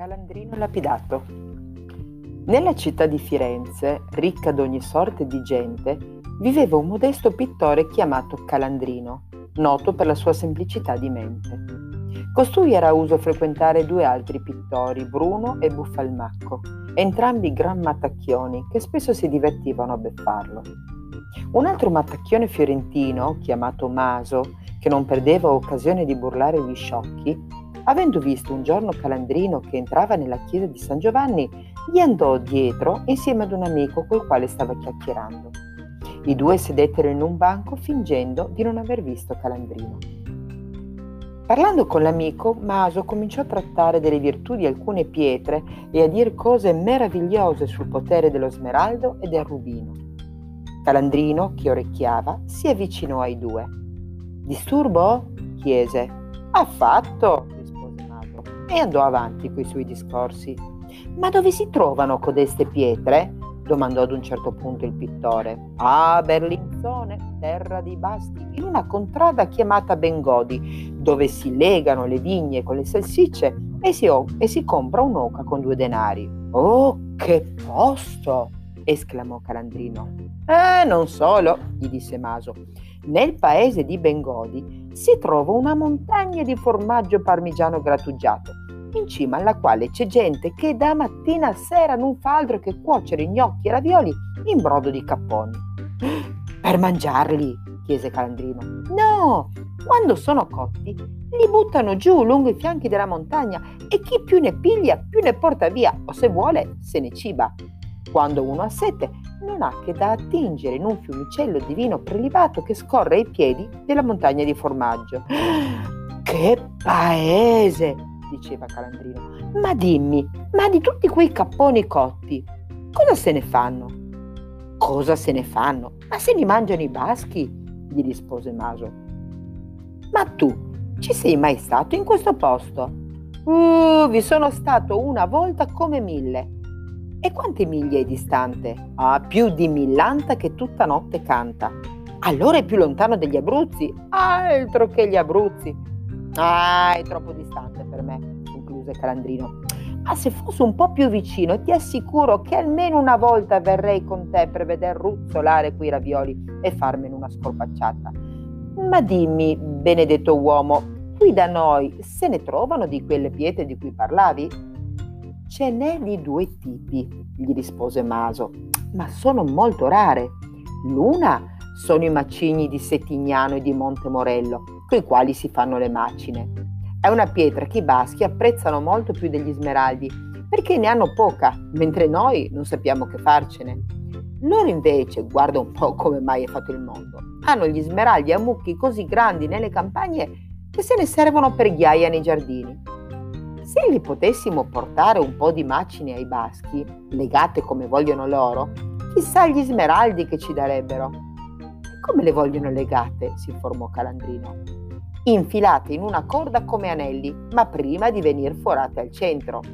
Calandrino lapidato. Nella città di Firenze, ricca d'ogni sorte di gente, viveva un modesto pittore chiamato Calandrino, noto per la sua semplicità di mente. Costui era uso frequentare due altri pittori, Bruno e Buffalmacco, entrambi gran mattacchioni che spesso si divertivano a beffarlo. Un altro mattacchione fiorentino, chiamato Maso, che non perdeva occasione di burlare gli sciocchi, avendo visto un giorno Calandrino che entrava nella chiesa di San Giovanni, gli andò dietro insieme ad un amico col quale stava chiacchierando. I due sedettero in un banco fingendo di non aver visto Calandrino. Parlando con l'amico, Maso cominciò a trattare delle virtù di alcune pietre e a dir cose meravigliose sul potere dello smeraldo e del rubino. Calandrino, che orecchiava, si avvicinò ai due. «Disturbo?» chiese. «Affatto!» rispose Maso e andò avanti coi suoi discorsi. «Ma dove si trovano codeste pietre?» domandò ad un certo punto il pittore. «A Berlinzone, terra dei Baschi, in una contrada chiamata Bengodi, dove si legano le vigne con le salsicce e si compra un'oca con 2 denari». «Oh, che posto!» esclamò Calandrino. Non solo», gli disse Maso. «Nel paese di Bengodi si trova una montagna di formaggio parmigiano grattugiato, in cima alla quale c'è gente che da mattina a sera non fa altro che cuocere gnocchi e ravioli in brodo di capponi». «Per mangiarli?» chiese Calandrino. «No, quando sono cotti li buttano giù lungo i fianchi della montagna e chi più ne piglia più ne porta via o se vuole se ne ciba. Quando uno ha sete non ha che da attingere in un fiumicello di vino prelibato che scorre ai piedi della montagna di formaggio». «Che paese!» diceva Calandrino. «Ma dimmi, ma di tutti quei capponi cotti, cosa se ne fanno?» «Cosa se ne fanno? Ma se li mangiano i baschi?» gli rispose Maso. «Ma tu ci sei mai stato in questo posto?» Vi sono stato una volta come 1000. «E quante miglia è distante?» Più di 1000 che tutta notte canta». «Allora è più lontano degli Abruzzi?» «Altro che gli Abruzzi!» «È troppo distante per me», concluse Calandrino. «Ma se fosse un po' più vicino, ti assicuro che almeno una volta verrei con te per veder ruzzolare quei ravioli e farmene una scorpacciata. Ma dimmi, benedetto uomo, qui da noi se ne trovano di quelle pietre di cui parlavi?» «Ce n'è di 2 tipi», gli rispose Maso, «ma sono molto rare. L'una sono i macigni di Settignano e di Montemorello, coi quali si fanno le macine. È una pietra che i baschi apprezzano molto più degli smeraldi, perché ne hanno poca, mentre noi non sappiamo che farcene. Loro invece, guarda un po' come mai è fatto il mondo, hanno gli smeraldi a mucchi così grandi nelle campagne che se ne servono per ghiaia nei giardini. Se li potessimo portare un po' di macine ai baschi, legate come vogliono loro, chissà gli smeraldi che ci darebbero». «E come le vogliono legate?» si informò Calandrino. «Infilate in una corda come anelli, ma prima di venir forate al centro».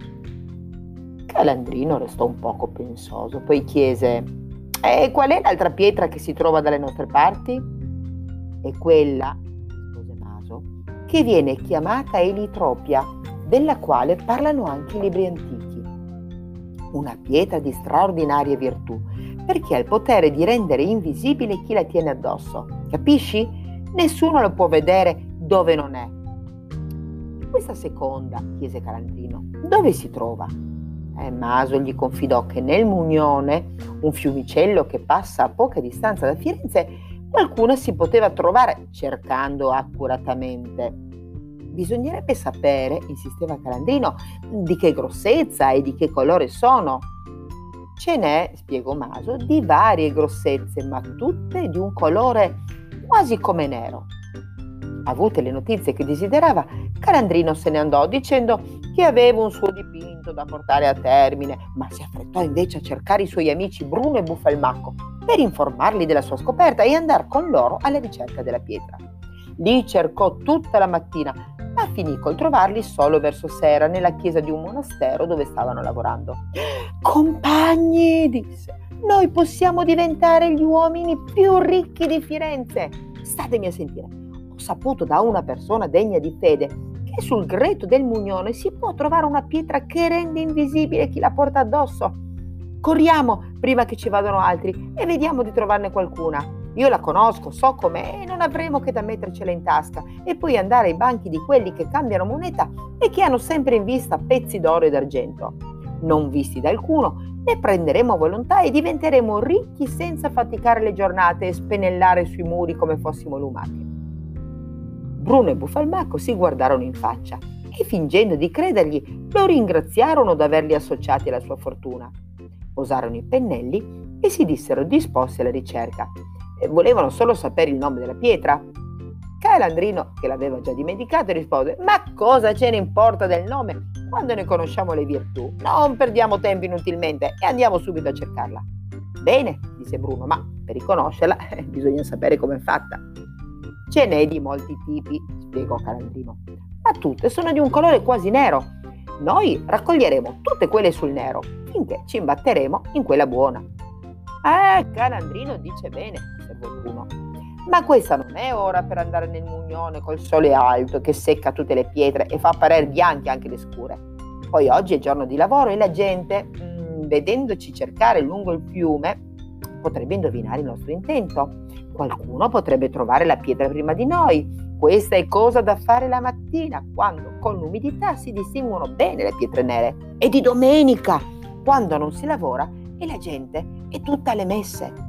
Calandrino restò un poco pensoso, poi chiese: «E qual è l'altra pietra che si trova dalle nostre parti?» «È quella», rispose Maso, «che viene chiamata elitropia, della quale parlano anche i libri antichi. Una pietra di straordinaria virtù, perché ha il potere di rendere invisibile chi la tiene addosso. Capisci? Nessuno lo può vedere dove non è». «E questa seconda?» chiese Calandrino. «Dove si trova?» Maso gli confidò che nel Mugnone, un fiumicello che passa a poca distanza da Firenze, qualcuna si poteva trovare cercando accuratamente. «Bisognerebbe sapere», insisteva Calandrino, «di che grossezza e di che colore sono». «Ce n'è», spiegò Maso, «di varie grossezze, ma tutte di un colore quasi come nero». Avute le notizie che desiderava, Calandrino se ne andò dicendo che aveva un suo dipinto da portare a termine, ma si affrettò invece a cercare i suoi amici Bruno e Buffalmacco per informarli della sua scoperta e andare con loro alla ricerca della pietra. Li cercò tutta la mattina, ma finì col trovarli solo verso sera nella chiesa di un monastero dove stavano lavorando. «Compagni», disse, «noi possiamo diventare gli uomini più ricchi di Firenze. Statemi a sentire. Ho saputo da una persona degna di fede che che sul greto del mugnone si può trovare una pietra che rende invisibile chi la porta addosso. Corriamo prima che ci vadano altri e vediamo di trovarne qualcuna. Io la conosco, so com'è e non avremo che da mettercela in tasca e poi andare ai banchi di quelli che cambiano moneta e che hanno sempre in vista pezzi d'oro e d'argento. Non visti da alcuno, ne prenderemo volontà e diventeremo ricchi senza faticare le giornate e spennellare sui muri come fossimo lumache. Bruno e Buffalmacco si guardarono in faccia e, fingendo di credergli, lo ringraziarono d'averli associati alla sua fortuna. Posarono i pennelli e si dissero disposti alla ricerca. Volevano solo sapere il nome della pietra. Calandrino, che l'aveva già dimenticato, rispose: «Ma cosa ce ne importa del nome quando ne conosciamo le virtù? Non perdiamo tempo inutilmente e andiamo subito a cercarla». «Bene», disse Bruno, «ma per riconoscerla bisogna sapere com'è fatta». «Ce n'è di molti tipi», spiegò Calandrino, «ma tutte sono di un colore quasi nero. Noi raccoglieremo tutte quelle sul nero finché ci imbatteremo in quella buona». Calandrino dice bene», osservò Bruno, «ma questa non è ora per andare nel mugnone col sole alto che secca tutte le pietre e fa apparire bianche anche le scure. Poi oggi è giorno di lavoro e la gente, vedendoci cercare lungo il fiume, potrebbe indovinare il nostro intento. Qualcuno potrebbe trovare la pietra prima di noi. Questa è cosa da fare la mattina, quando con l'umidità si distinguono bene le pietre nere, e di domenica, quando non si lavora e la gente è tutta alle messe».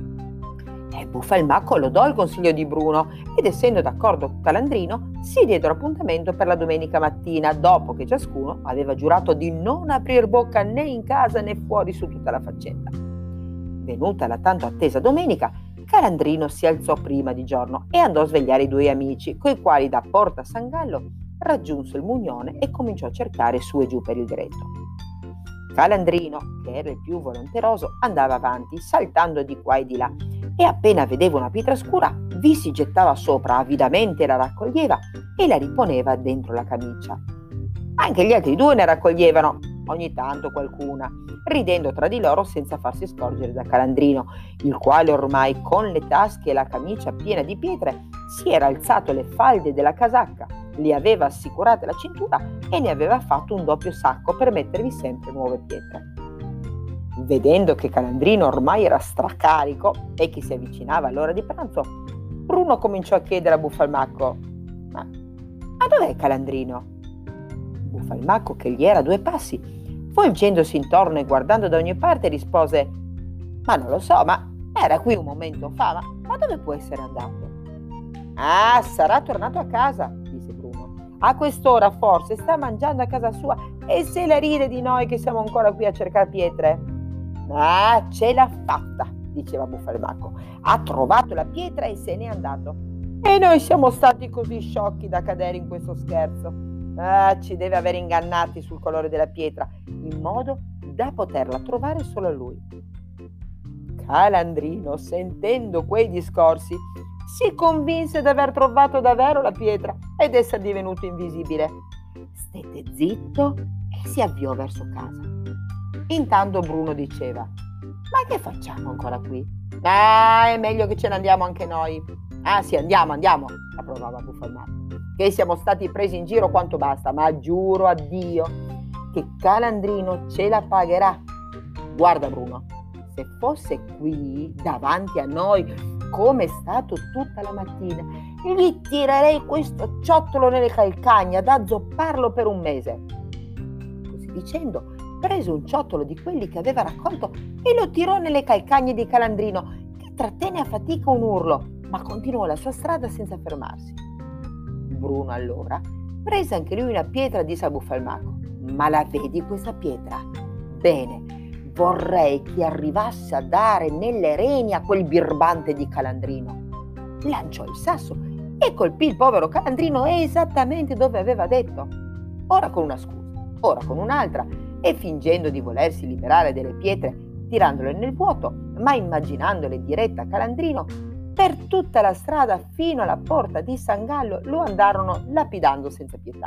E Buffalmacco lodò il consiglio di Bruno ed, essendo d'accordo con Calandrino, si diedero appuntamento per la domenica mattina, dopo che ciascuno aveva giurato di non aprir bocca né in casa né fuori su tutta la faccenda. Venuta la tanto attesa domenica, Calandrino si alzò prima di giorno e andò a svegliare i due amici, coi quali da Porta San Gallo raggiunse il mugnone e cominciò a cercare su e giù per il greto. Calandrino, che era il più volenteroso, andava avanti, saltando di qua e di là, e appena vedeva una pietra scura vi si gettava sopra avidamente, la raccoglieva e la riponeva dentro la camicia. Anche gli altri due ne raccoglievano ogni tanto qualcuna, ridendo tra di loro senza farsi scorgere da Calandrino, il quale ormai, con le tasche e la camicia piena di pietre, si era alzato le falde della casacca, li aveva assicurate la cintura e ne aveva fatto un doppio sacco per mettervi sempre nuove pietre. Vedendo che Calandrino ormai era stracarico e che si avvicinava all'ora di pranzo, Bruno cominciò a chiedere a Buffalmacco: ma dov'è Calandrino?» Buffalmacco, che gli era a 2 passi, volgendosi intorno e guardando da ogni parte, rispose: «Ma non lo so, ma era qui un momento fa, ma dove può essere andato?» «Sarà tornato a casa», disse Bruno. «A quest'ora forse sta mangiando a casa sua e se la ride di noi che siamo ancora qui a cercare pietre». «Ce l'ha fatta», diceva Buffalmacco. «Ha trovato la pietra e se n'è andato. E noi siamo stati così sciocchi da cadere in questo scherzo. Ci deve aver ingannati sul colore della pietra, in modo da poterla trovare solo a lui». Calandrino, sentendo quei discorsi, si convinse d'aver trovato davvero la pietra ed essa divenuto invisibile. Stette zitto e si avviò verso casa. Intanto Bruno diceva: «Ma che facciamo ancora qui? È meglio che ce ne andiamo anche noi». «Sì, andiamo», approvava Buffalmacco, «che siamo stati presi in giro quanto basta, ma giuro a Dio che Calandrino ce la pagherà. Guarda Bruno, se fosse qui davanti a noi come è stato tutta la mattina, gli tirerei questo ciottolo nelle calcagna da zopparlo per un mese». Così dicendo prese un ciottolo di quelli che aveva raccolto e lo tirò nelle calcagne di Calandrino, che trattenne a fatica un urlo, ma continuò la sua strada senza fermarsi. Bruno allora prese anche lui una pietra e disse a Buffalmacco: «Ma la vedi questa pietra? Bene, vorrei che arrivasse a dare nelle reni a quel birbante di Calandrino». Lanciò il sasso e colpì il povero Calandrino esattamente dove aveva detto, ora con una scusa, ora con un'altra, e fingendo di volersi liberare delle pietre, tirandole nel vuoto, ma immaginandole dirette a Calandrino, per tutta la strada fino alla porta di San Gallo lo andarono lapidando senza pietà.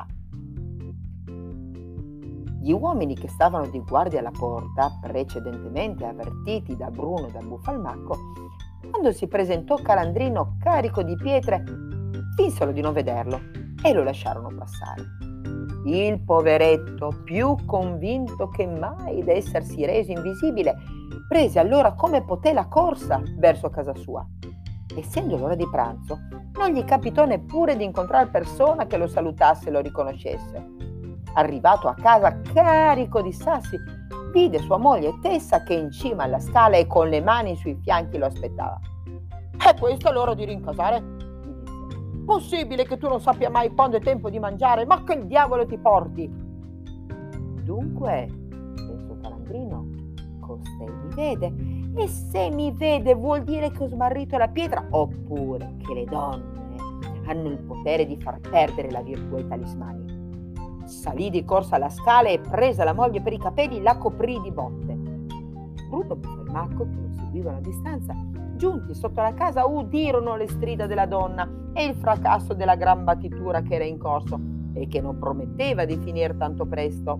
Gli uomini che stavano di guardia alla porta, precedentemente avvertiti da Bruno e da Buffalmacco, quando si presentò Calandrino carico di pietre, finsero di non vederlo e lo lasciarono passare. Il poveretto, più convinto che mai d'essersi reso invisibile, prese allora come poté la corsa verso casa sua. Essendo l'ora di pranzo, non gli capitò neppure di incontrare persona che lo salutasse e lo riconoscesse. Arrivato a casa carico di sassi, vide sua moglie Tessa che in cima alla scala e con le mani sui fianchi lo aspettava. «È questa l'ora di rincasare?» gli disse. «Possibile che tu non sappia mai quando è tempo di mangiare? Ma che diavolo ti porti?» «Dunque», pensò Calandrino, «costei mi vede, e se mi vede vuol dire che ho smarrito la pietra, oppure che le donne hanno il potere di far perdere la virtù ai talismani». Salì di corsa alla scala e, presa la moglie per i capelli, la coprì di botte. Bruno e Bufalmacco, che lo seguivano a distanza, giunti sotto la casa, udirono le strida della donna e il fracasso della gran battitura che era in corso e che non prometteva di finire tanto presto.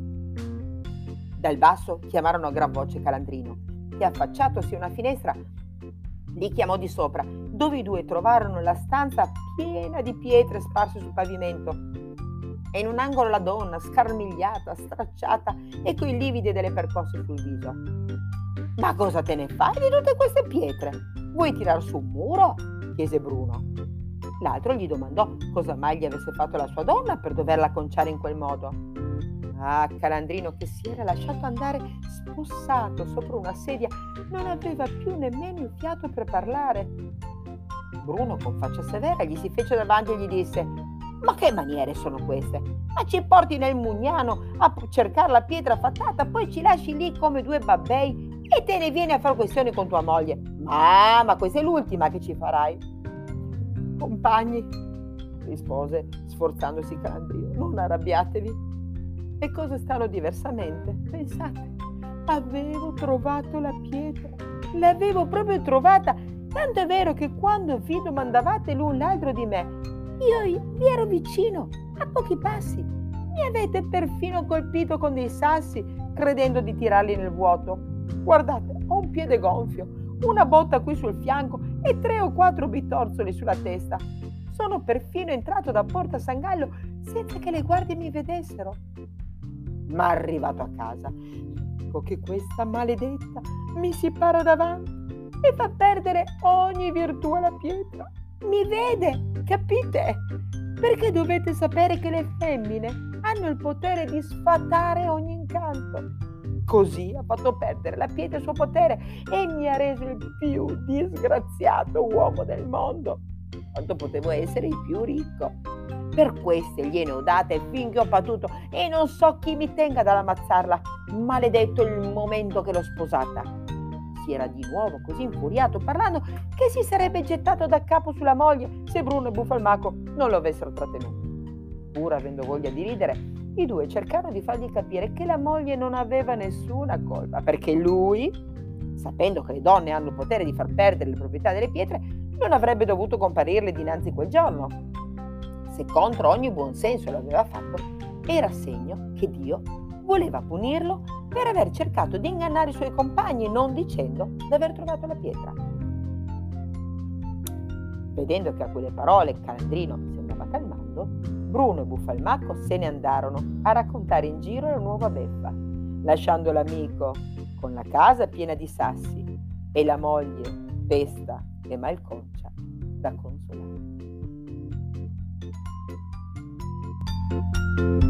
Dal basso chiamarono a gran voce Calandrino, che, affacciatosi a una finestra, li chiamò di sopra, dove i due trovarono la stanza piena di pietre sparse sul pavimento e in un angolo la donna, scarmigliata, stracciata e coi lividi delle percosse sul viso. «Ma cosa te ne fai di tutte queste pietre? Vuoi tirar su un muro?» chiese Bruno. L'altro gli domandò cosa mai gli avesse fatto la sua donna per doverla conciare in quel modo. Ah, Calandrino, che si era lasciato andare spossato sopra una sedia, non aveva più nemmeno il fiato per parlare. Bruno, con faccia severa, gli si fece davanti e gli disse: «Ma che maniere sono queste? Ma ci porti nel Mugnano a cercare la pietra fattata, poi ci lasci lì come due babbei e te ne vieni a fare questioni con tua moglie. Ma questa è l'ultima che ci farai». «Compagni», rispose sforzandosi Calandrino, «non arrabbiatevi. Le cose stanno diversamente. Pensate, avevo trovato la pietra, l'avevo proprio trovata, tanto è vero che quando vi domandavate l'un l'altro di me, io vi ero vicino, a pochi passi. Mi avete perfino colpito con dei sassi, credendo di tirarli nel vuoto. Guardate, ho un piede gonfio, una botta qui sul fianco e 3 o 4 bitorzoli sulla testa. Sono perfino entrato da Porta San Gallo senza che le guardie mi vedessero. Ma arrivato a casa, ecco che questa maledetta mi si para davanti e fa perdere ogni virtù alla pietra. Mi vede, capite? Perché dovete sapere che le femmine hanno il potere di sfatare ogni incanto. Così ha fatto perdere la pietra il suo potere e mi ha reso il più disgraziato uomo del mondo, quanto potevo essere il più ricco. Per queste gliene ho date finché ho potuto e non so chi mi tenga dall'ammazzarla. Maledetto il momento che l'ho sposata». Si era di nuovo così infuriato parlando che si sarebbe gettato da capo sulla moglie se Bruno e Bufalmacco non lo avessero trattenuto. Pur avendo voglia di ridere, i due cercarono di fargli capire che la moglie non aveva nessuna colpa, perché lui, sapendo che le donne hanno il potere di far perdere le proprietà delle pietre, non avrebbe dovuto comparirle dinanzi quel giorno. Se contro ogni buon senso lo aveva fatto, era segno che Dio voleva punirlo per aver cercato di ingannare i suoi compagni, non dicendo d'aver trovato la pietra. Vedendo che a quelle parole Calandrino si andava calmando, Bruno e Bufalmacco se ne andarono a raccontare in giro la nuova beffa, lasciando l'amico con la casa piena di sassi e la moglie pesta e malconcia da consolare.